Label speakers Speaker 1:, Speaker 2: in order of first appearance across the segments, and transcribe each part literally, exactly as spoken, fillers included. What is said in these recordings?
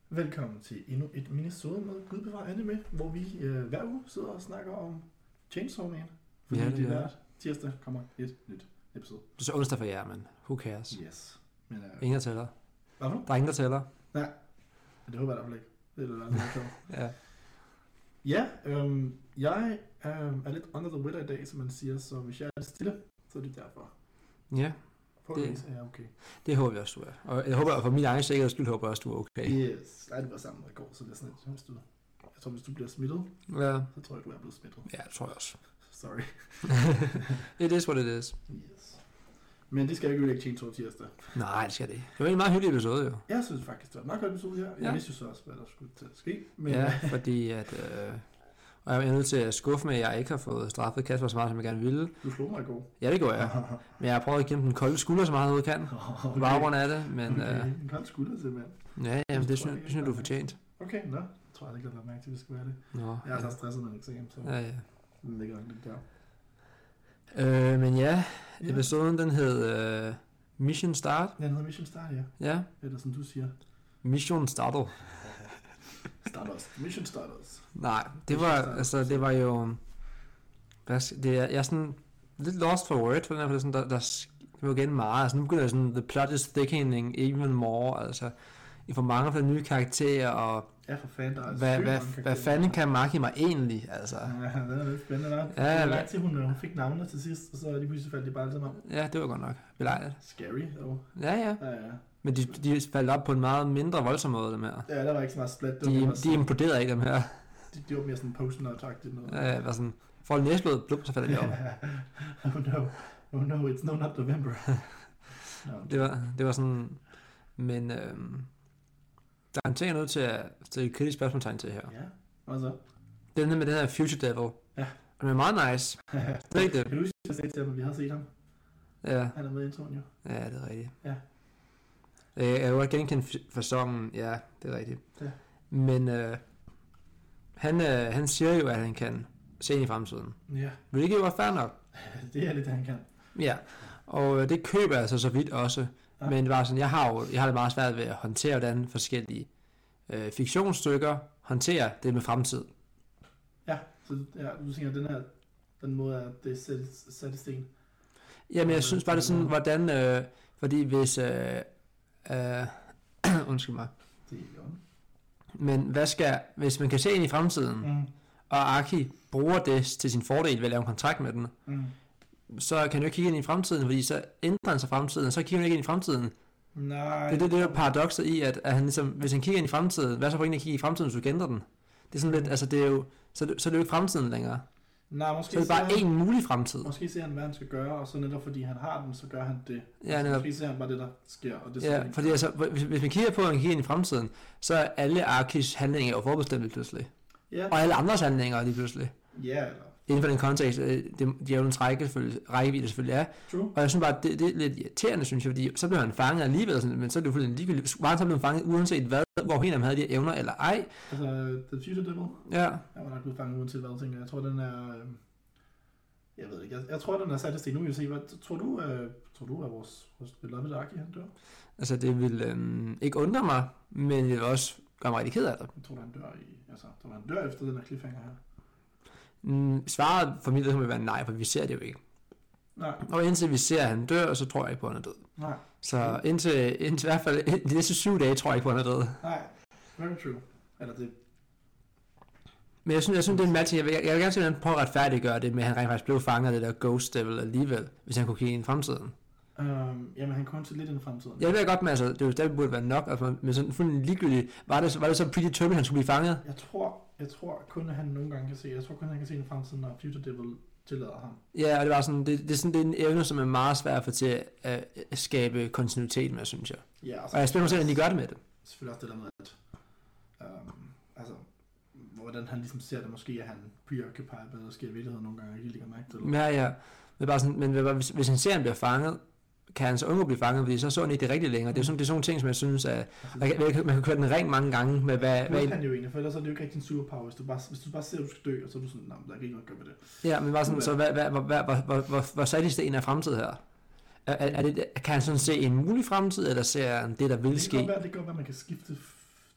Speaker 1: Velkommen til endnu et minisode med Gud bevar anime, hvor vi øh, hver uge sidder og snakker om Chainsaw Man. Fordi
Speaker 2: ja,
Speaker 1: det, det er hver tirsdag kommer et nyt episode.
Speaker 2: Det er så onsdag for jer, men who cares?
Speaker 1: Yes. Men, øh,
Speaker 2: ingen der tæller.
Speaker 1: Hvad for?
Speaker 2: Der er ingen der tæller.
Speaker 1: Nej, men det håber jeg da ikke. Det er det, der er lidt sjovt.
Speaker 2: Ja.
Speaker 1: Ja, øhm, jeg øh, er lidt under the weather i dag, som man siger, så hvis jeg er lidt stille, så er det derfor.
Speaker 2: Ja.
Speaker 1: Forhåbentligvis er jeg okay.
Speaker 2: Det håber jeg også, du er. Og jeg håber, for min egen sikkerheds skyld, håber jeg også, du er okay.
Speaker 1: Yes. Nej, det var sammen med i går, så det er sådan lidt, hvis du, jeg tror, hvis du bliver smittet,
Speaker 2: Ja.
Speaker 1: så tror jeg, du er blevet smittet.
Speaker 2: Ja, det tror jeg også.
Speaker 1: Sorry.
Speaker 2: It is what it is.
Speaker 1: Yes. Men det skal jeg ikke ødelægge Chainsaw tirsdag.
Speaker 2: Nej, det skal det ikke. Det var en meget hyggelig episode, jo.
Speaker 1: Jeg synes faktisk, det var en meget godt episode her. Jeg
Speaker 2: ja.
Speaker 1: vidste jo så også, hvad der skulle til at ske. Men
Speaker 2: ja, fordi at... Øh, og jeg er nødt til at skuffe med, at jeg ikke har fået straffet Kasper så meget, som jeg gerne ville.
Speaker 1: Du slog mig i går.
Speaker 2: Ja, det går jeg. Men jeg har prøvet at give den kolde skulder så meget, jeg kan.
Speaker 1: Okay.
Speaker 2: På baggrund af det, men...
Speaker 1: Okay,
Speaker 2: øh,
Speaker 1: en kold skulder simpelthen.
Speaker 2: Ja, jamen, det synes, synes du er fortjent.
Speaker 1: Okay, nå. Jeg tror jeg ikke, jeg har mærke til, at det skal være det.
Speaker 2: Nå,
Speaker 1: jeg er
Speaker 2: ja.
Speaker 1: så stresset med en eksamen, så
Speaker 2: ja, ja.
Speaker 1: den ligger nok lidt der.
Speaker 2: Øh, men ja,
Speaker 1: ja,
Speaker 2: episoden den hed øh, Mission Start.
Speaker 1: Den hedder Mission Start, ja.
Speaker 2: Ja.
Speaker 1: Eller som du siger.
Speaker 2: Mission Starter.
Speaker 1: Stardust. Mission Stardust.
Speaker 2: Nej, det var, altså, det var jo... Det er, jeg er sådan lidt lost for word, for det er sådan, der, der det var igen meget. Altså, nu begynder jeg sådan, the plot is thickening even more, altså, i for mange flere nye karakterer, og...
Speaker 1: Ja, for fanden, der er
Speaker 2: hvad, hvad, hvad fanden kan Maki mig egentlig, altså?
Speaker 1: Ja, det er lidt spændende, der.
Speaker 2: Ja,
Speaker 1: det var langt til, hun, hun fik navnene til sidst, og så er de pludselig faldt de bare alle sammen om.
Speaker 2: Ja, det var godt nok belejligt.
Speaker 1: Scary, dog.
Speaker 2: Ja, ja.
Speaker 1: Ja, ja.
Speaker 2: Men de, de faldt op på en meget mindre voldsom måde, dem her.
Speaker 1: Ja, der var ikke så meget splat.
Speaker 2: De, de imploderede ikke, dem her.
Speaker 1: De, de var mere sådan post-nut-agtigt noget.
Speaker 2: Ja, ja, var sådan, får næsblod, blub, så falder de op.
Speaker 1: Oh no, oh no, it's no not November. No.
Speaker 2: Det var, det var sådan, men øhm, der er en ting, jeg er nødt til at stille et kritisk spørgsmålstegn til her.
Speaker 1: Ja, hvad så?
Speaker 2: Den her med den her Future Devil.
Speaker 1: Ja.
Speaker 2: Den er meget nice. Det er ikke det.
Speaker 1: Kan du huske, at jeg sagde til ham, at vi har set ham?
Speaker 2: Ja.
Speaker 1: Han er med i introen jo.
Speaker 2: Ja, det er rigtigt.
Speaker 1: Ja.
Speaker 2: Jeg har jo godt genkendt fasongen. Ja, det er rigtigt.
Speaker 1: Ja.
Speaker 2: Men øh, han, øh, han siger jo, at han kan se ind i fremtiden.
Speaker 1: Ja.
Speaker 2: Vil det ikke være fair nok?
Speaker 1: Det er lidt, han kan.
Speaker 2: Ja, og øh, det køber jeg altså så vidt også. Ja. Men det var sådan, jeg har jo jeg har det meget svært ved at håndtere, hvordan forskellige øh, fiktionsstykker håndterer det med fremtid.
Speaker 1: Ja, så ja, du tænker, den her den måde er det er sat i sten.
Speaker 2: Jamen jeg synes bare det er sådan, hvordan, øh, fordi hvis, øh, øh, undskyld mig,
Speaker 1: det er jo.
Speaker 2: Men hvad skal, hvis man kan se ind i fremtiden,
Speaker 1: mm.
Speaker 2: og Aki bruger det til sin fordel ved at lave en kontrakt med den,
Speaker 1: mm.
Speaker 2: så kan du ikke kigge ind i fremtiden, fordi så ændrer han sig fremtiden, så kigger han ikke ind i fremtiden.
Speaker 1: Nej.
Speaker 2: Det er det, det er paradokset i, at, at han ligesom, hvis han kigger ind i fremtiden, hvad så for en at kigge i fremtiden, hvis du ændrer den? Det er sådan lidt, altså det er jo, så, det, så er det jo ikke fremtiden længere.
Speaker 1: Nej, måske
Speaker 2: så er det bare
Speaker 1: han,
Speaker 2: en mulig fremtid.
Speaker 1: Måske ser han, hvad han skal gøre, og så netop fordi han har den, så gør han det.
Speaker 2: Ja,
Speaker 1: altså,
Speaker 2: netop.
Speaker 1: Måske ser han bare det, der sker. Og det
Speaker 2: ja, fordi altså, hvis, hvis man kigger på, at man kigger ind i fremtiden, så er alle Arkis handlinger jo forbestemt lige pludselig.
Speaker 1: Ja.
Speaker 2: Og alle andres handlinger lige pludselig.
Speaker 1: Ja, eller...
Speaker 2: Inden for den kontekst, de, de er jo en rækkevidde selvfølgelig er.
Speaker 1: True.
Speaker 2: Og jeg synes bare, det, det er lidt irriterende, synes jeg, fordi så bliver han fanget alligevel, sådan, men så er det jo fuldstændig ligegyldigt. Var han så blevet fanget uanset hvad, hvor en af dem havde de her evner eller ej?
Speaker 1: Altså, The Future Devil?
Speaker 2: Ja.
Speaker 1: Jeg var nok blevet fanget uanset hvad, tænker jeg. Jeg tror, den er... Øh... Jeg ved ikke, jeg, jeg tror, den er sat i sten. Nu vil jeg se, hvad tror du, øh, tror du at vores, vores belovede Aki, han dør?
Speaker 2: Altså, det vil øh, ikke undre mig, men det vil også gøre mig rigtig ked af det.
Speaker 1: Jeg tror, han dør i... Altså, tror han dør efter den her cliffhanger her?
Speaker 2: Mm, svaret for mit vil være nej, for vi ser det jo ikke.
Speaker 1: Nej.
Speaker 2: Og indtil vi ser, at han dør, så tror jeg ikke på, at han er død.
Speaker 1: Nej.
Speaker 2: Så indtil, indtil i hvert fald de næste syv dage, tror jeg ikke på, at han er død.
Speaker 1: Nej, very true. Eller det...
Speaker 2: Men jeg synes, jeg synes det er en match. Jeg vil, jeg vil gerne se, at han prøver at retfærdiggøre det med, at han rent faktisk blev fanget af det der Ghost Devil alligevel, hvis han kunne kigge ind i fremtiden.
Speaker 1: Um, jamen, han kom til lidt ind i fremtiden.
Speaker 2: Jeg ved godt, men altså, det jo stadig burde være nok, altså, men sådan fuldstændig ligegyldigt. Var det, var det så predetermined, han skulle blive fanget?
Speaker 1: Jeg tror, jeg tror kun, at han nogle gange kan se, jeg tror kun, at han kan se ind i fremtiden, når Future Devil tillader ham.
Speaker 2: Ja, og det var sådan, det, det er sådan, det er en evne, som er meget svær at få til at, at skabe kontinuitet med, synes jeg.
Speaker 1: Ja, altså,
Speaker 2: og jeg spiller mig selv, at de gør det med det.
Speaker 1: Selvfølgelig også det der med, at um, altså, hvordan han ligesom ser det, måske er han preoccupied med, der sker i virkeligheden nogle gange, og ikke lægger mærke til det.
Speaker 2: Ja, ja. Det er bare sådan, men hvis, hvis han ser, at han bliver fanget, kan han så undgå at blive fanget, fordi så så han ikke det rigtigt længere. Det er sådan, det er sådan nogle ting, som jeg synes, at man kan, man kan køre den ring mange gange med, hvad...
Speaker 1: Det kan han jo egentlig, for ellers er det jo ikke rigtig en superpower, hvis du bare, hvis du bare ser, at du skal dø, og så er du sådan, nej, der er ikke noget at gøre med det.
Speaker 2: Ja, men bare sådan, så hvad, hvad, hvad, hvad, hvor, hvor, hvor, hvor sat i sten er fremtid her? Er, er det, kan han sådan se en mulig fremtid, eller ser han det, der vil ske?
Speaker 1: Det kan godt være, det kan godt være, man kan skifte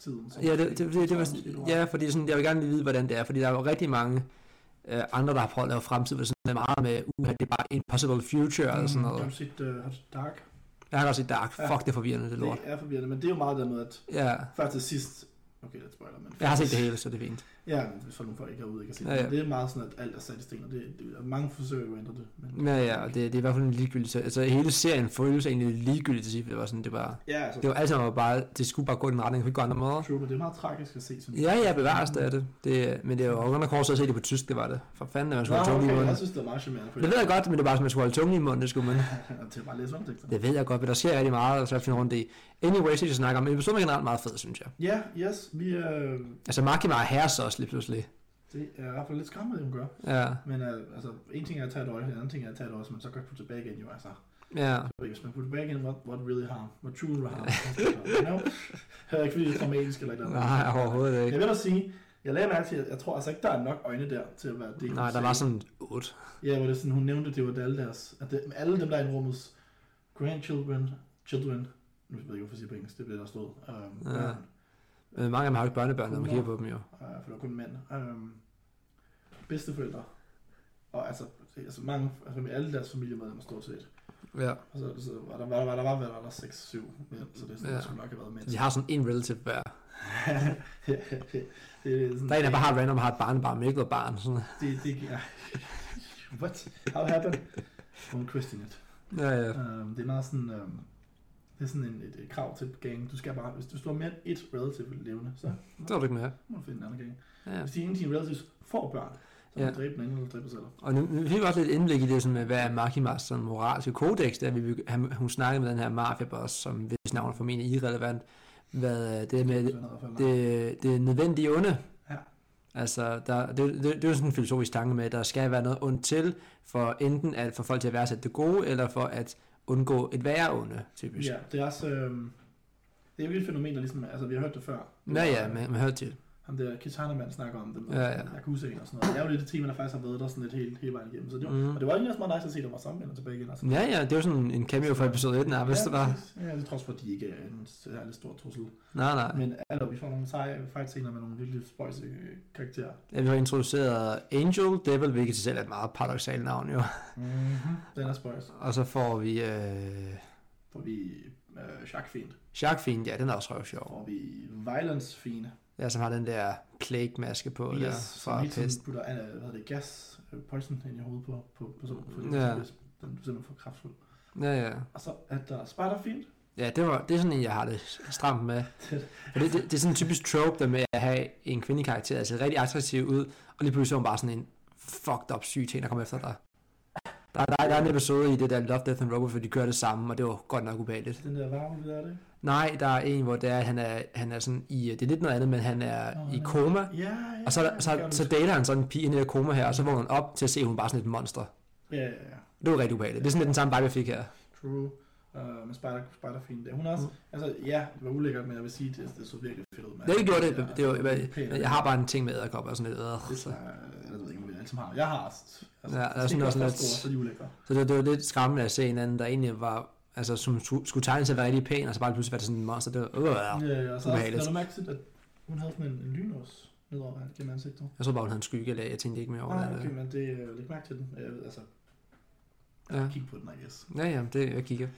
Speaker 1: tiden.
Speaker 2: Ja, det, det, det, det var, ja, fordi sådan, jeg vil gerne lige vide, hvordan det er, fordi der er jo rigtig mange øh, andre, der har prøvet at lave fremtid, hvor sådan er meget med, uh, det er bare impossible future, mm, eller sådan noget.
Speaker 1: Har du set uh, Dark?
Speaker 2: Jeg har også set Dark. Ja. Fuck, det er forvirrende, det lort.
Speaker 1: Det er forvirrende, men det er jo meget der med, at
Speaker 2: ja.
Speaker 1: Først til sidst, okay, det spoiler, men...
Speaker 2: Jeg har set det hele, så det er fint.
Speaker 1: Ja, men hvis nogle folk ikke er ude, ikke kan se
Speaker 2: ja, ja.
Speaker 1: det. Det er meget sådan, at alt er sat i sten, og det, det er mange forsøger jo at ændre det. Men,
Speaker 2: ja, ja, og det, det er i hvert fald en ligegyldig. Altså hele serien føles egentlig ligegyldigt til sig, det var sådan, det var...
Speaker 1: Ja, altså...
Speaker 2: Det var altid bare, det skulle bare gå i den retning, det kunne ikke gå andre måder.
Speaker 1: True, men det er meget tragisk at se, synes
Speaker 2: jeg. Ja, ja, bevares det er det. det. Men det er jo under kors at se det på tysk, det var det. For fanden, at man skulle
Speaker 1: Nå,
Speaker 2: holde tungen
Speaker 1: okay,
Speaker 2: i munden.
Speaker 1: Jeg synes, det er meget charmerende.
Speaker 2: Det ved jeg godt, men det er bare, at man skulle holde tungen i munden, det skulle man.
Speaker 1: Det er bare læse undertekster.
Speaker 2: Det ved jeg godt, men der sker rigtig meget, og så finder rundt i. Anyway, så jeg snakker om, episoden er generelt meget fed, synes jeg.
Speaker 1: Ja, yes, vi... Øh...
Speaker 2: Altså, Makima er herres også lige pludselig.
Speaker 1: Det er i hvert fald lidt skræmmende, det hun gør.
Speaker 2: Ja.
Speaker 1: Men uh, altså, en ting er at tage et øje, en anden ting er at tage et øje, så man så kan putte tilbage igen, jo altså.
Speaker 2: Ja.
Speaker 1: Så hvis man putter tilbage igen, what, what really harm? What truly harm? You know? Det er ikke fordi, det er dramatisk eller noget.
Speaker 2: Nej, overhovedet ikke.
Speaker 1: Jeg vil da sige, jeg lagde mærke til, at jeg tror altså ikke, der er nok øjne der til at være det.
Speaker 2: Nej, der var sådan otte.
Speaker 1: Ja, hvor det sådan, hun nævnte, det var alle deres, at det, alle dem, der er i rummets grandchildren, children, nu ved jeg ikke, hvorfor jeg siger på engelsk, det bliver der stået. Um,
Speaker 2: ja. Men mange af dem har jo ikke børnebørn, når man kigger på dem jo.
Speaker 1: Uh, for der er kun mænd. Um, bedsteforældre. Og altså, altså mange, altså med alle deres familiemedlemmer stort set.
Speaker 2: Ja.
Speaker 1: Og så, så var der, var der, var der, var der, var der seks syv mænd, så det, sådan, ja. Det skulle nok have været mænd.
Speaker 2: De har sådan en relative hver.
Speaker 1: det er sådan,
Speaker 2: der er en, der bare har random, har et barnebarn, men ikke noget barn. Sådan.
Speaker 1: Det, det, ja. What? How happened? Don't question it.
Speaker 2: Ja, ja.
Speaker 1: Um, det er meget sådan, um, det er sådan en, et, et krav til gang. Du skal bare, hvis du står mere end et relative levende, så
Speaker 2: så er du ikke med.
Speaker 1: må du finde en anden gang.
Speaker 2: Ja.
Speaker 1: Hvis de ene af dine relatives får børn, så ja. Man dræbe den anden, eller dræbe sig selv.
Speaker 2: Og nu, nu fik vi også lidt indblik i det, sådan med, hvad er Makimas sådan, moralske kodex, der vi, han, hun snakkede med den her mafiaboss, som hvis navn er formentlig irrelevant, hvad det med det, det, det nødvendige onde.
Speaker 1: Ja.
Speaker 2: Altså, der, det, det, det er jo sådan en filosofisk tanke med, at der skal være noget ondt til, for enten at få folk til at værdsætte det gode, eller for at undgå et værre onde, typisk.
Speaker 1: Ja, det er også, øh, det er jo ikke et fænomen, der ligesom, altså vi har hørt det før. Det
Speaker 2: ja, ja, man, man hørte til.
Speaker 1: Ham der Kitana-mand snakker om det,
Speaker 2: ja, ja.
Speaker 1: Yakuzaen og sådan noget. Det er jo lidt et tema, der faktisk har været der sådan lidt hele, hele vejen igennem. Så det var, mm. Og det var egentlig også meget nice at se, der var sammenvender tilbage igen. Altså.
Speaker 2: Ja, ja, det var sådan en cameo fra episode et, nærmest,
Speaker 1: ja,
Speaker 2: det var.
Speaker 1: Ja, det trods for, at de ikke er en særlig stor trussel.
Speaker 2: Nej, nej.
Speaker 1: Men altså, vi får nogle seje fight-scener med nogle virkelig spøjse karakterer.
Speaker 2: Ja, vi har introduceret Angel Devil, hvilket til selv er et meget paradoxalt navn, jo.
Speaker 1: Mm-hmm. Den er spøjs.
Speaker 2: Og så får vi... Øh...
Speaker 1: Får vi øh, Shark Fiend.
Speaker 2: Shark Fiend, ja, den er også røvsjov.
Speaker 1: Får vi Violence Fiend.
Speaker 2: Ja, som har den der plague-maske på,
Speaker 1: yes,
Speaker 2: der
Speaker 1: fra pest. Som putter hvad hedder det, gas, poison ind i hovedet på på personen, fordi
Speaker 2: ja.
Speaker 1: Den er simpelthen for kraftfuld.
Speaker 2: Ja, ja.
Speaker 1: Og så er der Spider-Fiend.
Speaker 2: Ja, det, var, det er sådan en, jeg har det stramt med. det, det, det er sådan en typisk trope, der med at have en kvindekarakter, altså rigtig attraktiv ud, og lige pludselig er hun bare sådan en fucked up syg ting, der kommer efter dig. Der, der, der er en episode i det der Love, Death and Robots, hvor de kører det samme, og det var godt nok ubehageligt.
Speaker 1: Den der varme, der er det?
Speaker 2: Nej, der er en, hvor det er, han er, han er sådan i, det er lidt noget andet, men han er oh, i koma,
Speaker 1: ja, ja,
Speaker 2: og så, så, så, så dater han sådan en pige i det koma her, og så vågner han op til at se, at hun bare sådan et monster.
Speaker 1: Ja, ja, ja.
Speaker 2: Det var rigtig ubehageligt. Det er sådan lidt den samme vibe, jeg fik her.
Speaker 1: True. Uh, med Spider, Spider-Fiend. Hun er også, mm. altså ja, det var ulækkert, men jeg vil sige, det, det så virkelig fedt ud.
Speaker 2: Det gjorde det, det, det var, jeg, jeg har bare en ting med æderkopper og sådan lidt. Øh,
Speaker 1: det er, jeg ved ikke, om vi alle sammen har. Jeg har altså,
Speaker 2: ja, der er sådan også lidt,
Speaker 1: så de ulækre.
Speaker 2: Så det, det var lidt skræmmende at se en anden, der egentlig var, altså som skulle tegne sig at være rigtig pæn, og så bare pludselig var det sådan en monster, det var øh,
Speaker 1: ja, ja, og så har du mærket, at hun havde sådan en, en lynås nedover gennem ansigtet.
Speaker 2: Jeg så bare, hun havde en skygge, eller jeg tænkte ikke mere over
Speaker 1: ah,
Speaker 2: det.
Speaker 1: Okay, men det er jo lidt mærke til den. Jeg ved, altså, jeg
Speaker 2: ja.
Speaker 1: Kig på den, I guess.
Speaker 2: Ja, ja, det jeg kigger.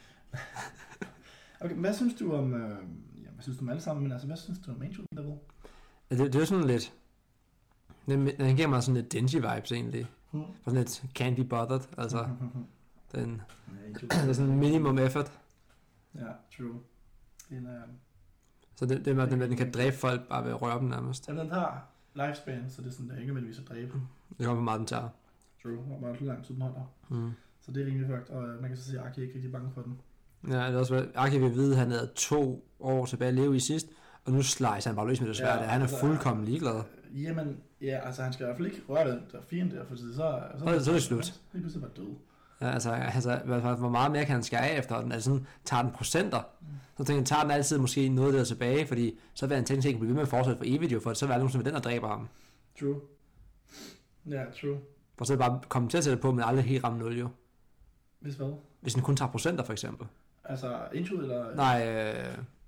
Speaker 1: Okay, hvad synes du om, øh, ja, hvad synes du om alle sammen, men altså, hvad synes du om Angel Devil?
Speaker 2: Ja, det, det er sådan lidt, den, den giver mig sådan lidt dingy vibes egentlig. Hmm. Sådan lidt can't be bothered, altså. den, ja, det er sådan minimum effort.
Speaker 1: Ja, true. Den, øh,
Speaker 2: så det, det er den, den kan dræbe folk bare ved at røre dem nærmest.
Speaker 1: Ja, den har lifespan, så det er sådan, det er ikke nødvendigvis at dræbe.
Speaker 2: Det kommer på meget, den tager.
Speaker 1: True, og meget lang tid den holder.
Speaker 2: Mm.
Speaker 1: Så det er rimelig fucked, og man kan så sige, at Aki er ikke rigtig bange for den.
Speaker 2: Ja, det er også, Aki vil vide, at han havde to år tilbage at leve i sidst, og nu slicer han bare løs med det svært. Ja, han er altså, fuldkommen ligeglad. Øh,
Speaker 1: jamen, ja, altså han skal i hvert fald ikke røre den der fiende der, for så, så,
Speaker 2: så, så er det slut.
Speaker 1: Lige pludselig var død.
Speaker 2: Ja, altså, altså, hvor meget mere kan han skære af efter den? Altså sådan, tager den procenter? Mm. Så tænker jeg, tager den altid måske noget der tilbage, fordi så vil han tænke sig ikke blive ved med at fortsætte for evigt, jo, for så vil alle nogen den, der dræber ham.
Speaker 1: True. Ja, true.
Speaker 2: For så er det bare komme til at sætte på, men aldrig helt ramme nul, jo.
Speaker 1: Hvis hvad?
Speaker 2: Hvis den kun tager procenter, for eksempel.
Speaker 1: Altså, Angel eller...
Speaker 2: Nej, øh,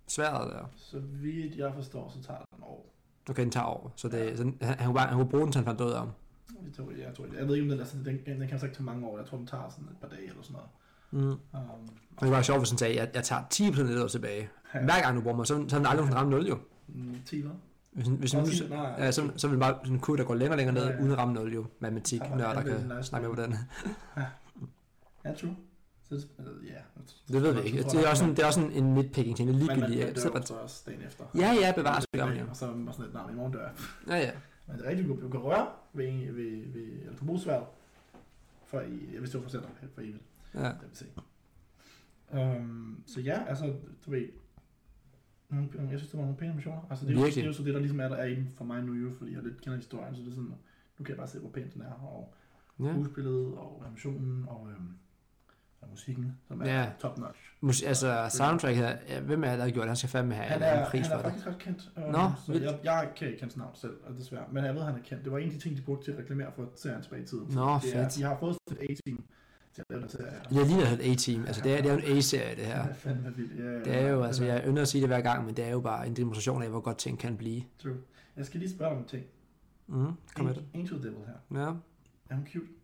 Speaker 2: Sværet der.
Speaker 1: Så vidt jeg forstår, så tager den år.
Speaker 2: Okay, den tager over. Så, det, ja. så han, han, kunne bare, han kunne bruge den, til han fandt ud af om.
Speaker 1: Jeg tror, jeg, tror, jeg ved ikke, om den, altså, den, den kan så ikke tage mange år. Jeg tror, den tager sådan et par dage eller sådan noget.
Speaker 2: Mm. Um, det var sjovt, hvis han sagde, at jeg, jeg tager ti procent lidt år tilbage. Ja. Hver gang du bruger mig, så, så har den aldrig ramme nul jo.
Speaker 1: Mm, ti hvad?
Speaker 2: Hvis, hvis nu, så, ja, så, så vil bare sådan en kurve, der går længere og længere ned, ja, ja. uden at ramme nul jo. Matematik, ja, nørder kan snakke med på den.
Speaker 1: Ja, ja true. Så, ja,
Speaker 2: det ved vi ikke. Det er også sådan, det er også sådan en nitpicking ting. Det er ligegyldigt.
Speaker 1: Men man dør så også dagen efter.
Speaker 2: Ja, ja, bevares.
Speaker 1: Ja, og så er man sådan lidt, nej, i morgen dør jeg.
Speaker 2: Ja, ja.
Speaker 1: Men det er rigtigt, du kan røre ved, ved, ved eller du bruger sværet, for I, jeg vidste, det var for center for evigt.
Speaker 2: Ja.
Speaker 1: Det vil se. Um, så ja, altså, du ved, jeg synes, det var nogle pæne missioner. Altså, det er, jo, det er jo så det, der ligesom er, der er i den for mig nu, jo, fordi jeg lidt kender historien, så det er sådan, nu kan jeg bare se, hvor pænt den er, og ja. Skuespillet, og animationen, og, øhm, og musikken, som er ja. top notch.
Speaker 2: Mus- altså, soundtrack her, ja, hvem er der, der gjort det? Han skal fandme have
Speaker 1: han er, en pris for det. Han er faktisk ret kendt. Øh,
Speaker 2: Nå,
Speaker 1: så jeg, jeg kan ikke hans navn selv, og desværre, men jeg ved, at han er kendt. Det var en af de ting, de brugte til at reklamere for serien tilbage i tiden.
Speaker 2: Nå,
Speaker 1: fedt. Er, de har fået et A-team.
Speaker 2: Jeg har lige været et A-team, altså det er, det er jo en A-serie det her.
Speaker 1: Det er fandme vildt, ja, ja.
Speaker 2: Det er jo, altså jeg ynder at sige det hver gang, men det er jo bare en demonstration af, hvor godt ting kan blive.
Speaker 1: True. Jeg skal lige spørge om en ting.
Speaker 2: Mm, kom med det.
Speaker 1: Angel Devil her.
Speaker 2: Ja.
Speaker 1: Er hun cute?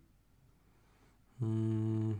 Speaker 2: Mm,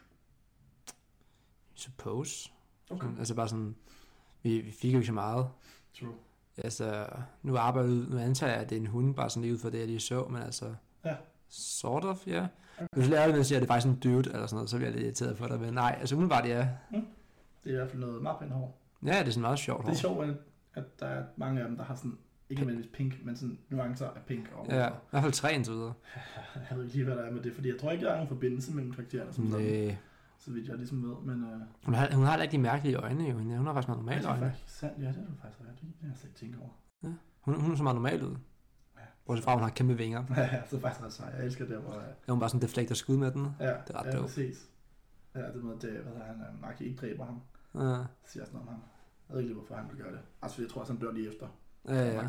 Speaker 2: suppose.
Speaker 1: Okay.
Speaker 2: Sådan, altså bare sådan, vi, vi fik jo ikke så meget.
Speaker 1: True.
Speaker 2: Altså, nu arbejder jeg, nu antager jeg, at det er en hund, bare sådan lige ud fra det, jeg lige så, men altså,
Speaker 1: ja.
Speaker 2: Sort of, ja. Okay. Hvis jeg lærer det, siger, at det er faktisk en dude, eller sådan noget, så bliver jeg lidt irriteret for dig, men nej, altså umiddelbart, ja. Mm.
Speaker 1: Det er i hvert fald noget meget pænt hår.
Speaker 2: Ja, det er sådan meget sjovt hår.
Speaker 1: Det er sjovt, at, at der er mange af dem, der har sådan, ikke nødvendigvis pink, men sådan nuancer af pink. Og
Speaker 2: ja, i hvert fald tre indtil videre.
Speaker 1: Jeg ved ikke lige, hvad der er med det, fordi jeg tror ikke, der er nogen forbindelse mellem karaktererne, som sådan, så vidt jeg ligesom ved, men... Uh...
Speaker 2: Hun har, hun har ikke de mærkelige øjne, jo. Hun har faktisk meget normale øjne.
Speaker 1: Ja, det er faktisk sandt. Ja, det er du faktisk ret. Det har jeg slet ikke tænkt over.
Speaker 2: Ja. Hun, hun er så meget normal ud. Bortset fra, hun har kæmpe vinger.
Speaker 1: Ja, ja, så er faktisk ret sej. Jeg elsker det, hvor...
Speaker 2: Ja, hun bare sådan deflekter skud med den.
Speaker 1: Ja,
Speaker 2: det er ret
Speaker 1: ja,
Speaker 2: dope.
Speaker 1: præcis. Ja, det med, det, hvad der, han er Maki ikke dræber ham.
Speaker 2: Ja.
Speaker 1: Så siger jeg sådan om ham. Jeg ved ikke lige, hvorfor han vil gøre det. Altså, fordi jeg tror, at han dør lige efter.
Speaker 2: Ja, ja.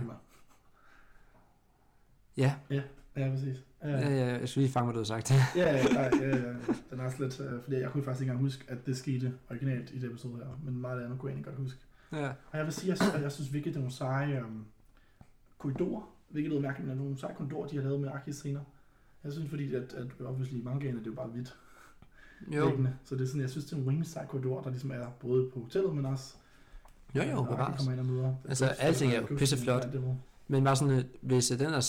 Speaker 2: Ja.
Speaker 1: Ja, ja, præcis. Ja,
Speaker 2: ja, ja, jeg skulle lige fange, hvad du havde sagt.
Speaker 1: ja, ja, nej, ja, ja. Den er også lidt... Uh, fordi jeg kunne faktisk ikke engang huske, at det skete originalt i det episode her. Men meget andet kunne jeg egentlig godt huske.
Speaker 2: Ja.
Speaker 1: Og jeg vil sige, at jeg, jeg synes virkelig, det er nogle seje um, korridorer. Hvilket lyder mærkeligt, men nogle seje korridorer, de har lavet med Araki scener. Jeg synes, fordi at, at obviously mangaen, det er jo bare hvidt.
Speaker 2: Jo.
Speaker 1: Væggene. Så det er sådan, jeg synes, det er en rimelig sej korridor, der ligesom er både på hotellet, men også...
Speaker 2: Jo, jo, bevares.
Speaker 1: Kommer ind og møder.
Speaker 2: Altså, alting er jo pisseflot. Men bare sådan, hvis den der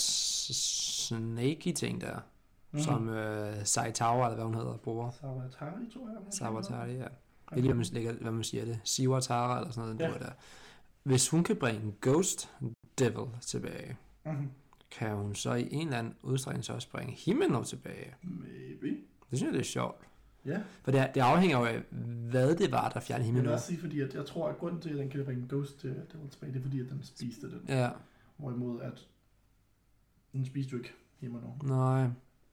Speaker 2: snaky ting der, mm-hmm. som uh, Saitama, eller hvad hun hedder, bruger.
Speaker 1: Sawatari, tror jeg.
Speaker 2: Sawatari, ja. Jeg ved ikke, hvad man, hvad man siger det. Siwatara, eller sådan noget, ja. Der. Hvis hun kan bringe Ghost Devil tilbage, mm-hmm. kan hun så i en eller anden udstrækning så også bringe Himeno tilbage?
Speaker 1: Maybe.
Speaker 2: Det synes jeg, det er sjovt.
Speaker 1: Ja.
Speaker 2: For det, det afhænger jo af, hvad det var, der fjernede Himeno.
Speaker 1: Jeg vil også sige, fordi at jeg tror, at grunden til, at den kan bringe Ghost Devil tilbage, det er fordi, at den spiste den.
Speaker 2: Ja.
Speaker 1: Hvorimod, at den spiste jo ikke Himeno.
Speaker 2: Nej.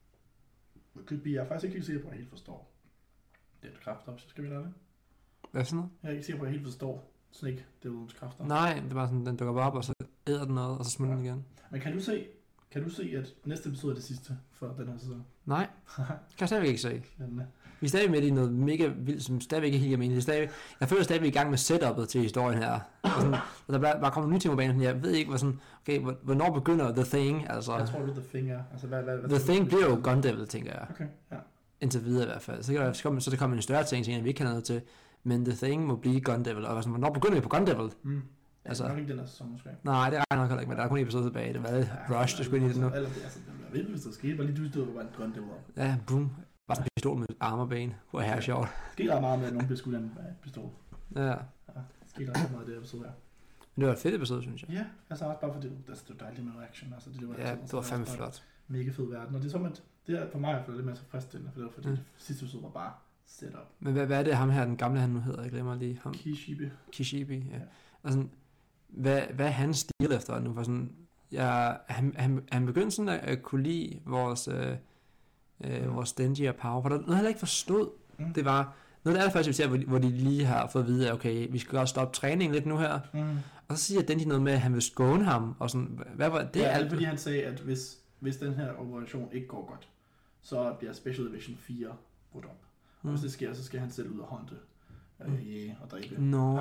Speaker 1: Jeg er faktisk ikke helt sikker på, at jeg helt forstår den kraft op, så skal vi lade det.
Speaker 2: Hvad sådan noget?
Speaker 1: Jeg er ikke sikker på, at jeg helt forstår Snake Devil's kræfter.
Speaker 2: Nej, det er bare sådan, den dukker bare op, og så æder den noget, og så smutter ja. den igen.
Speaker 1: Men kan du se, kan du se, at næste episode er det sidste for den her sæson?
Speaker 2: Nej, kan jeg stadigvæk ikke se. Vi er stadig midt i noget mega vildt, som stadigvæk ikke helt mening. Stadig, jeg føler stadigvæk i gang med setup'et til historien her. Og, sådan, og der bare, bare kommer nye ting på banen, jeg ved ikke, hvor sådan, okay, hvornår begynder The Thing? Altså,
Speaker 1: jeg tror du, The Thing er. Altså, hvad, hvad, hvad
Speaker 2: The Thing bliver jo Gun Devil, tænker jeg.
Speaker 1: Okay, ja.
Speaker 2: Indtil videre i hvert fald. Så, kan der, så, kommer, så der kommer en større ting, som vi ikke kan noget til. Men The Thing må blive Gun Devil. Og sådan, hvornår begynder vi på Gun Devil?
Speaker 1: Mm. Altså, nok ikke den her sæson, måske.
Speaker 2: Nej, det regner nok heller ikke, men der er kun en episode tilbage. Det var ja, Rush, det skulle ind i det nu.
Speaker 1: Altså, det var vildt, hvis der skete. Bare lige du stod og var en Gun Devil.
Speaker 2: Ja, boom. Bare sådan en pistol med arm og ben. Hvor er her sjovt.
Speaker 1: Det skete ret meget med, at nogen bliver skudt af en pistol.
Speaker 2: Ja.
Speaker 1: Ja, det skete ret meget i det episode her.
Speaker 2: Men det var et fedt episode, synes jeg.
Speaker 1: Ja, altså også bare fordi det, altså, det var dejligt med action. Altså, det var,
Speaker 2: ja, det var fandme flot.
Speaker 1: Mega fed verden. Og det er som, at det er for mig i hvert fald lidt mere tilfredsstillende, for det var fordi mm. det sidste episode var bare set up.
Speaker 2: Men hvad, hvad er det ham her, den gamle han nu hedder? Jeg glemmer lige ham.
Speaker 1: Kishibe.
Speaker 2: Kishibe, ja. ja. Og sådan, hvad, hvad er hans stil efter nu? For sådan, jeg, han, han, han begyndte sådan at, at kunne lide vores, øh, øh, mm. vores Denji og Power, for der noget, han ikke forstod. Mm. Det var noget af det første, vi ser, hvor de, hvor de lige har fået at vide, at okay, vi skal godt stoppe træningen lidt nu her. Mm. Og så siger Denji noget med, at han vil skåne ham, og sådan, hvad var det?
Speaker 1: Ja,
Speaker 2: alt?
Speaker 1: fordi han sagde, at hvis, hvis den her operation ikke går godt, så bliver Special Division fire brudt op. Mm. Og hvis det sker, så skal han selv ud og håndte. øh, yeah, og dræbe.
Speaker 2: Nå,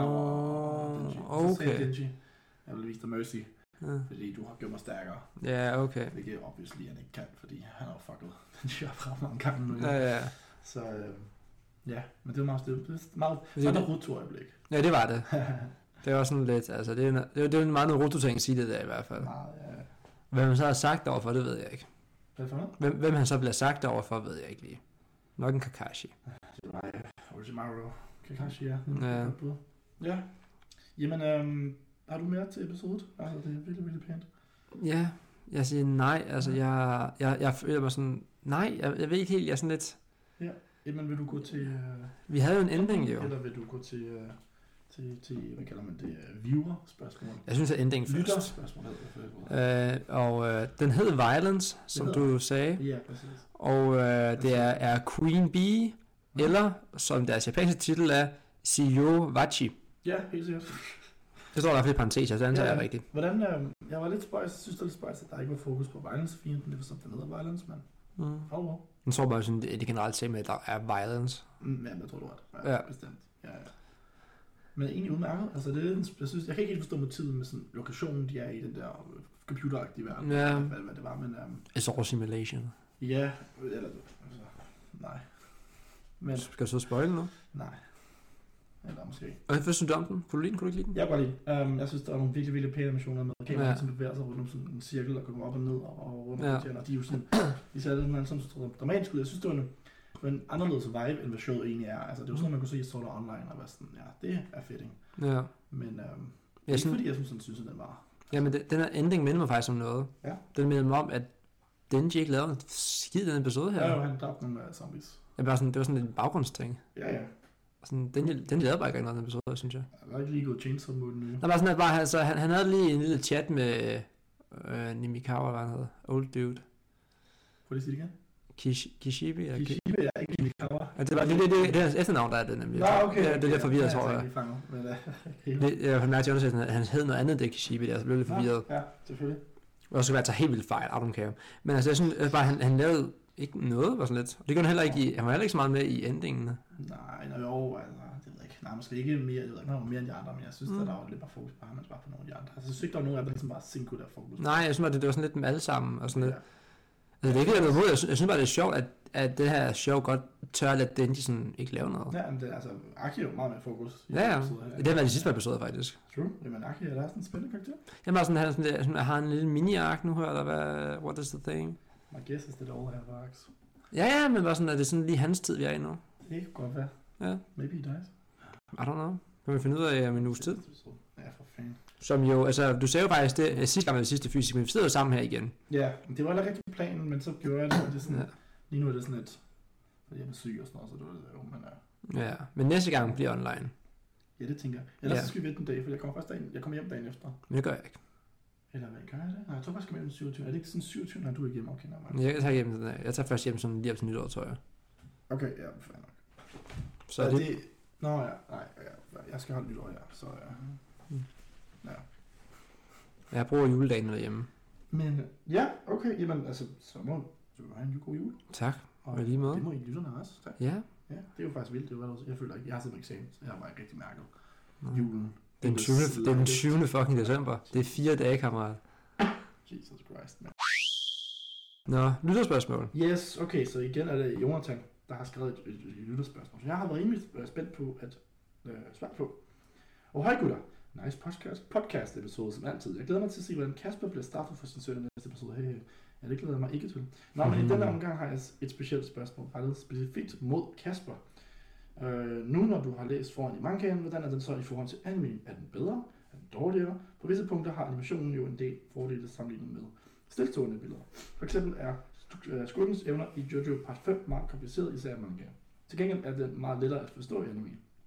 Speaker 1: no,
Speaker 2: okay.
Speaker 1: Så sagde Denji, jeg vil vise dig mercy,
Speaker 2: ja.
Speaker 1: fordi du har gjort mig stærkere.
Speaker 2: Ja, okay.
Speaker 1: Hvilket obviously han ikke kan, fordi han har fucket Denji op ret mange gange nu.
Speaker 2: Ja, ja.
Speaker 1: Så øh, ja, men det var meget stille. Det er meget sådan et Naruto-øjeblik.
Speaker 2: Ja, det var det. Det var sådan lidt, altså det er, det er, det er en meget Naruto-ting at sige det der i hvert fald.
Speaker 1: Meget, ja.
Speaker 2: Hvem han så har sagt overfor, det ved jeg ikke.
Speaker 1: Hvad for noget?
Speaker 2: Hvem, hvem han så bliver sagt overfor, ved jeg ikke lige. Nok en Kakashi.
Speaker 1: Det var uh, Orochimaru. Kakashi, ja.
Speaker 2: Ja.
Speaker 1: Ja. Jamen, øhm, har du mere til episodet? Altså, det er virkelig, virkelig pænt.
Speaker 2: Ja, jeg siger nej. Altså, jeg, jeg, jeg føler mig sådan... Nej, jeg, jeg ved ikke helt, jeg er sådan lidt...
Speaker 1: Ja. Jamen, vil du gå til... Øh,
Speaker 2: Vi havde jo en ending, jo.
Speaker 1: Eller vil du gå til... Øh, til, til, hvad kalder man det, uh, viewer-spørgsmål?
Speaker 2: Jeg synes, at ending først.
Speaker 1: Lytter-spørgsmål
Speaker 2: hedder det. Øh, og øh, den hed Violence, som du sagde.
Speaker 1: Ja, præcis.
Speaker 2: Og øh, det er, er Queen Bee, ja. Eller, som deres japanske titel er, Shiyo Wachi.
Speaker 1: Ja, helt sikkert.
Speaker 2: Det står i hvert fald i parenteser, så antager ja, jeg rigtigt.
Speaker 1: Hvordan, øh, jeg var lidt spøjs, jeg synes det er lidt spøjs, at der ikke var fokus på violence-fienden, det var sådan, den hedder violence, men... Mm. Oh,
Speaker 2: Jeg tror bare sådan, det, det generelt set med, at der er violence.
Speaker 1: Mm, ja, jeg tror du ret. Ja, ja. Bestemt. Ja, ja. Men egentlig udmærket. Altså, det er, jeg synes, jeg kan ikke helt forstå motivet med sådan lokationen, de er i den der computeragtige verden.
Speaker 2: Ja.
Speaker 1: Hvad, hvad det var, men... Um,
Speaker 2: It's all simulation.
Speaker 1: Ja, eller... Altså, nej. Men...
Speaker 2: Skal du så spoile nu?
Speaker 1: Nej. Eller måske ikke.
Speaker 2: Og hvad synes du om den? Kunne du lide den? Kunne du ikke lide den?
Speaker 1: Jeg kan godt lide. Um, jeg synes, der er nogle virkelig, virkelig pæne animationer med. Kameraet, ja. Som bevæger sig rundt om sådan en cirkel og kommer op og ned og rundt om ja. Og de er jo sådan... De ser lidt sådan dramatisk ud. Jeg synes, det var en, en anderledes vibe, end hvad showet egentlig er. Altså, det var sådan, man kunne se i Sword Art Online og være sådan, ja, det er fedt, ikke? Ja. Men um, jeg ikke synes, fordi jeg synes, sådan, synes at den var...
Speaker 2: Ja, men den her ending minder mig faktisk om noget. Ja. Den minder mig om, at Denji ikke lavede en skid i den episode her.
Speaker 1: Ja, jo, han dræbte nogle uh, zombies.
Speaker 2: Jeg bare sådan, det var sådan en baggrundsting.
Speaker 1: Ja, ja.
Speaker 2: Sådan, den, den lavede bare ikke noget i den episode, synes jeg.
Speaker 1: Jeg har ikke lige gået chainsaw mode nu.
Speaker 2: Der var sådan, at bare, altså, han, han havde lige en lille chat med øh, Nimikawa, hvad han hedder. Old dude.
Speaker 1: Prøv lige at sige det igen.
Speaker 2: Kish, Kishibe?
Speaker 1: Eller Kishibe, ja, ikke Nimikawa.
Speaker 2: Ja, det, var, det, det, det, det er hans efternavn, der er det nemlig.
Speaker 1: Nå, okay.
Speaker 2: Ja, det er lidt forvirret,
Speaker 1: ja,
Speaker 2: tror jeg.
Speaker 1: jeg.
Speaker 2: Det, jeg har mærket til undersøgelsen, at han hed noget andet, det Kishibe, der, så blev lidt forvirret.
Speaker 1: Ja, selvfølgelig.
Speaker 2: Og så være tage helt vildt fejl, I don't care. Men altså, jeg synes jeg bare, han, han lavede ikke noget, var sådan lidt. Og det gjorde han heller ikke i, han var heller ikke så meget med i endingen.
Speaker 1: Nej, nej, jo, altså, det ved jeg ikke. Nej, måske ikke mere, jeg ved ikke, mere end de andre, men jeg synes, mm. at der var lidt bare fokus på ham, man bare på nogle af de andre. Altså, jeg synes ikke, der var nogen af dem, der ligesom bare sinko der fokus.
Speaker 2: Nej, jeg synes bare, det, det var sådan lidt med alle sammen, og sådan ja. Lidt. Altså, det er ikke noget, jeg synes, jeg synes bare, det er sjovt, at, at det her show godt tør at lade Denji sådan ikke lave noget.
Speaker 1: Ja, men det er altså, Aki er jo meget mere fokus.
Speaker 2: Ja, ja. Det har været de sidste episoder, faktisk.
Speaker 1: True. Jamen, Aki er da sådan en spændende karakter.
Speaker 2: Jamen, sådan, han, sådan, sådan, jeg har en lille mini-ark nu her, eller hvad, what is the thing?
Speaker 1: My guess is that all have arcs.
Speaker 2: Ja, ja, men bare sådan, at det er sådan lige hans tid, vi er i nu.
Speaker 1: Det kan godt være. Ja. Maybe he dies.
Speaker 2: I don't know. Kan vi finde ud af om en uges tid?
Speaker 1: Ja, for fanden.
Speaker 2: Som jo, altså, du sagde jo faktisk det, sidste gang med det sidste fysisk, men vi sidder jo sammen her igen.
Speaker 1: Ja, det var heller rigtig planen, men så gjorde jeg det, det er sådan, ja. Lige nu er det sådan lidt, fordi jeg er syg og sådan noget, så det var det jo, men ja.
Speaker 2: Ja, men næste gang bliver online.
Speaker 1: Ja, det tænker jeg. Ellers ja. Så skal vi vente en dag, for jeg kommer først dagen, jeg kommer hjem dagen efter.
Speaker 2: Men det gør jeg ikke.
Speaker 1: Eller hvad, gør jeg det? Nej, jeg tror faktisk, jeg kommer hjem den syvogtyvende. Er det ikke sådan syvogtyvende, når du er hjem? Okay, nej,
Speaker 2: jeg tager hjem, jeg tager først hjem sådan lige op til nytår, tror jeg.
Speaker 1: Okay, ja, fair nok.
Speaker 2: Så det...
Speaker 1: det... Nå ja, nej, ja, jeg skal holde nytår, ja, så ja. Hmm. Ja.
Speaker 2: Jeg bruger juledagen derhjemme.
Speaker 1: Men ja, okay, jamen altså, så må du have en god jul.
Speaker 2: Tak, og lige måde.
Speaker 1: Det må I lytterne også, tak.
Speaker 2: Ja.
Speaker 1: Ja, det er jo faktisk vildt, det er jo, jeg føler ikke, jeg har siddet med eksamen, så jeg har bare ikke rigtig mærket mm. julen.
Speaker 2: Den tyvende, den tyvende fucking december. Det er fire dage, kammerat.
Speaker 1: Jesus Christ, man.
Speaker 2: Nå, lytterspørgsmål.
Speaker 1: Yes, okay, så igen er det Jonathan, der har skrevet et, et, et lytterspørgsmål. Så jeg har været rimelig spændt på at øh, svare på. Og hej gutter, nice podcast, podcast episode som altid. Jeg glæder mig til at se, hvordan Kasper bliver straffet for sin søn i næste episode. Hey, ja, det glæder jeg mig ikke til. Nå, men mm. i denne omgang har jeg et specielt spørgsmål, rettet specifikt mod Kasper. Øh, nu når du har læst foran i mangaen, hvordan er den så i forhold til anime? Er den bedre? Er den dårligere? På visse punkter har animationen jo en del fordele sammenlignet med stilstående billeder. For eksempel er skurkens evner i JoJo part fem meget kompliceret, især i mangaen. Til gengæld er det meget lettere at forstå i anime.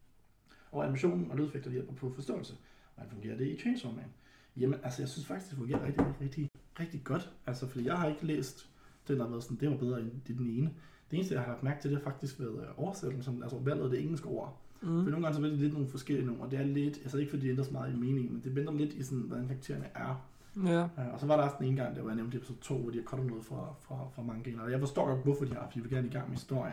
Speaker 1: Og animationen og lydeffekter hjælper på forståelse. Hvordan fungerer det i Chainsaw Man? Jamen, altså jeg synes faktisk, det fungerer rigtig, rigtig, rigtig godt. Altså, fordi jeg har ikke læst den, der har været sådan, det var bedre end den ene. Det eneste, jeg har lagt mærke til, det har faktisk været oversættelsen, altså valget af det engelske ord. Mm. For nogle gange så er det lidt nogle forskellige numre. Det er lidt, altså ikke fordi det ændrer så meget i meningen, men det venter lidt i sådan, hvordan karaktererne er.
Speaker 2: Ja.
Speaker 1: Uh, og så var der også den ene gang, der var jeg nævnt i episode to, hvor de har kottet noget fra, fra, fra mangaen. Og jeg forstår godt, hvorfor de har, fordi de vil gerne i gang med historien.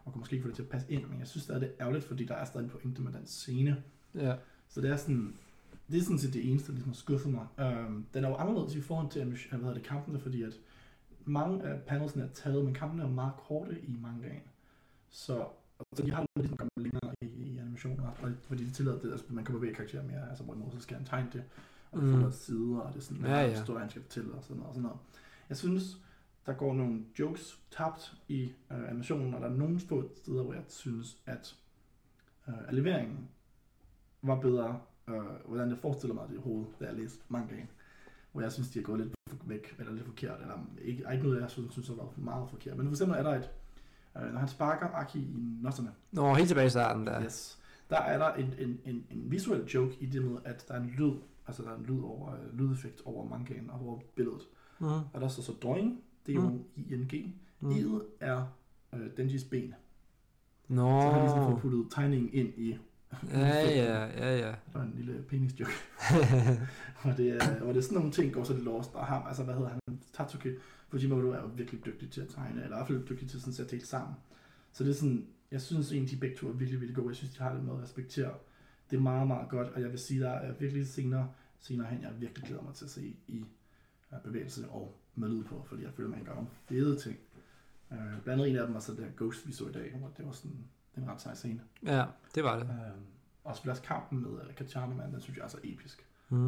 Speaker 1: og kunne måske ikke få det til at passe ind, men jeg synes stadig, det er ærgerligt, fordi der er stadig en pointe med den scene.
Speaker 2: Ja.
Speaker 1: Så det er sådan, det er sådan set det eneste, der ligesom har skuffet mig. Um, den er jo anderledes i forhold til, hvad hedder det, kampene, fordi at mange af panelsene er taget, men kampene er meget korte i mangaen. Så, så de har ligesom kommet længere i, i animationer, fordi de tillader det, altså man kan bevæge karakterer mere, altså hvorimod så skal han tegne det, og det følger mm. sider, og det er sådan, ja, ja. Historie, han skal fortælle, og sådan noget, og sådan noget. Jeg synes, der går nogle jokes tabt i øh, animationen, og der er nogle få steder, hvor jeg synes, at øh, leveringen var bedre, øh, hvordan jeg forestiller mig det i hovedet, da jeg læste mangaen, hvor jeg synes, de er gået lidt væk, eller lidt forkert, eller ikke, ikke noget, jeg synes, synes har været meget forkert. Men for eksempel er der et, øh, når han sparker Aki i nosserne.
Speaker 2: Nå, helt tilbage i starten der.
Speaker 1: Yes. Der er der en, en, en, en visuel joke i det med, at der er en lyd, altså der er en lyd over, uh, lydeffekt over mangaen og over billedet. Mm. Og der står så drawing, D O I N G. Mm. I'et er uh, Denjis ben.
Speaker 2: Nå.
Speaker 1: Så har de ligesom fået puttet tegningen ind i.
Speaker 2: Ja, ja, ja, ja.
Speaker 1: Det var en lille penis-joke. hvor, det, uh, hvor det er sådan nogle ting, går så lidt lost. Og ham, altså hvad hedder han? Tatsuki Fujimoto er jo virkelig dygtig til at tegne, eller i hvert fald dygtig til sådan at sætte helt sammen. Så det er sådan, jeg synes egentlig, de begge to er virkelig, virkelig gode. Jeg synes, de har det med at respektere. Det er meget, meget godt, og jeg vil sige, der er virkelig senere, senere hen, jeg virkelig glæder mig til at se i uh, bevægelse og med lyd på, fordi jeg føler, man gør nogle fede ting. Uh, blandt andet en af dem var så det her Ghost, vi så i dag, hvor det var sådan en ret sej scene.
Speaker 2: Ja, det var det.
Speaker 1: Uh, og så kampen med uh, Katjana, man, den synes jeg er så episk.
Speaker 2: Mm.
Speaker 1: Uh,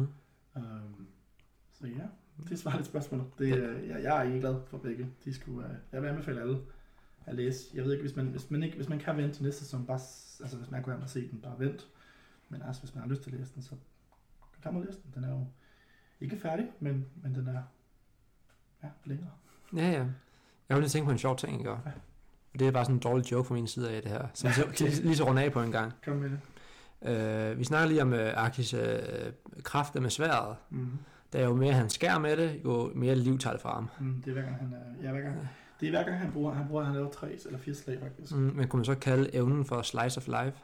Speaker 1: så ja, det svarer lidt spørgsmål. Det, uh, jeg, jeg er egentlig glad for begge. De skulle, uh, jeg vil anbefale alle at læse. Jeg ved ikke, hvis man, hvis man, ikke, hvis man kan vente til næste sæson, bare, altså hvis man kunne have se den, bare vent. Men altså, hvis man har lyst til at læse den, så kan man læse den. Den er jo ikke færdig, men, men den er ja, længere.
Speaker 2: Ja, ja. Jeg vil lige tænke på en sjov ting, ikke? Ja. Det er bare sådan en dårlig joke fra min side af det her. Så ja, okay. lige så rundt af på en gang.
Speaker 1: Kom med
Speaker 2: det. Uh, vi snakker lige om uh, Akis uh, kræfter med sværdet. Mm-hmm. Da jo mere han skærer med det, jo mere liv tager det fra ham.
Speaker 1: Mm, det er hver gang han er, ja, hver gang. Det er hver gang han bruger, han bruger, han laver tre eller fire slag faktisk.
Speaker 2: Mm, men kunne man så kalde evnen for slice of life?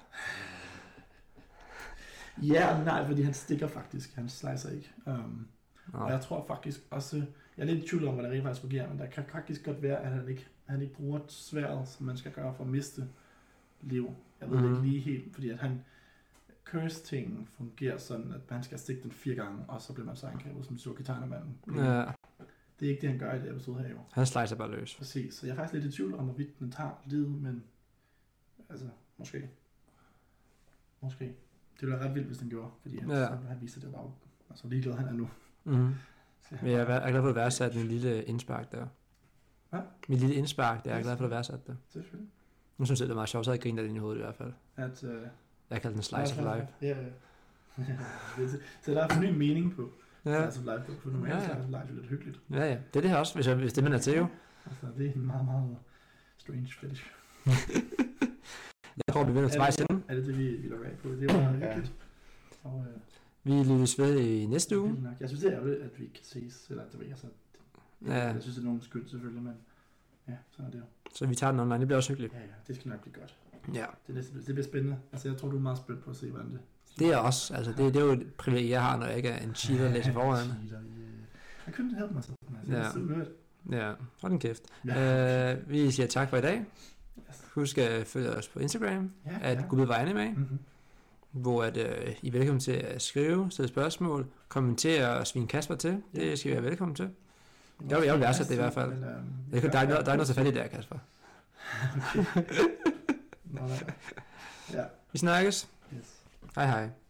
Speaker 1: Ja, nej, fordi han stikker faktisk, han slicer ikke. Um, og jeg tror faktisk også, jeg er lidt i tvivl om, hvad der rent faktisk fungerer, men der kan faktisk godt være, at han ikke, han ikke bruger sværdet, som man skal gøre for at miste liv. Jeg ved mm. det ikke lige helt, fordi at han, curse-tingen fungerer sådan, at man skal stikke den fire gange, og så bliver man så angrebet som Sukitana-manden.
Speaker 2: Ja.
Speaker 1: Det er ikke det, han gør i det episode her jo.
Speaker 2: Han slicer bare løs.
Speaker 1: Præcis, så jeg er faktisk lidt i tvivl om, hvorvidt den tager livet, men altså, måske. Måske. Det ville være ret vildt, hvis den gjorde, fordi han, ja. han viste, at det var altså ligeglad, han er nu.
Speaker 2: Mm-hmm. Men jeg er glad for at værdsætte min lille indspark der.
Speaker 1: Hvad?
Speaker 2: Min lille indspark, der er jeg glad for at værdsætte det.
Speaker 1: Selvfølgelig.
Speaker 2: Nu synes jeg, det er meget sjovt, så jeg griner det i hovedet i hvert fald.
Speaker 1: At, uh...
Speaker 2: jeg kalder den slice of life.
Speaker 1: Ja, ja. Så der er en ny mening på ja. Slice of life, for normalt ja, ja. Slice of life er lidt hyggeligt.
Speaker 2: Ja, ja. Det er det her også, hvis, jeg, hvis det man er til jo.
Speaker 1: Altså, det er en meget, meget strange fetish.
Speaker 2: Jeg tror, vi vinder til vejs ende.
Speaker 1: Er det det, vi, vi lukker af på? Det var meget hyggeligt. Og, uh...
Speaker 2: vi lyttes ved i næste uge.
Speaker 1: Jeg synes, det er ærgerligt, at vi ikke kan ses. Eller, det, altså, ja. Jeg synes, det er nogen skyld selvfølgelig, men ja, sådan er det jo.
Speaker 2: Så vi tager den online, det bliver også hyggeligt.
Speaker 1: Ja, ja, det skal nok blive godt.
Speaker 2: Ja.
Speaker 1: Det, næste, det bliver spændende. Altså, jeg tror, du er meget spændt på at se, hvordan det...
Speaker 2: Det er også, altså, det, det er jo et privilegie, jeg har, når jeg ikke er en cheater, der læser foran.
Speaker 1: I couldn't help myself. Altså,
Speaker 2: ja, ja, hold den kæft. Ja. Uh, vi siger tak for i dag.
Speaker 1: Yes.
Speaker 2: Husk at følge os på Instagram,
Speaker 1: ja,
Speaker 2: at
Speaker 1: ja.
Speaker 2: Gud var anime,
Speaker 1: mm-hmm.
Speaker 2: hvor at, uh, I er velkommen til at skrive, stille spørgsmål, kommentere og svine Kasper til. Det ja. skal vi være velkommen til. Jeg vil, jeg vil værdsætte det i hvert fald. Men, um, det kan, der, er, der er noget så fat i der, Kasper.
Speaker 1: Okay. Nå, ja.
Speaker 2: Vi snakkes.
Speaker 1: Yes.
Speaker 2: Hej hej.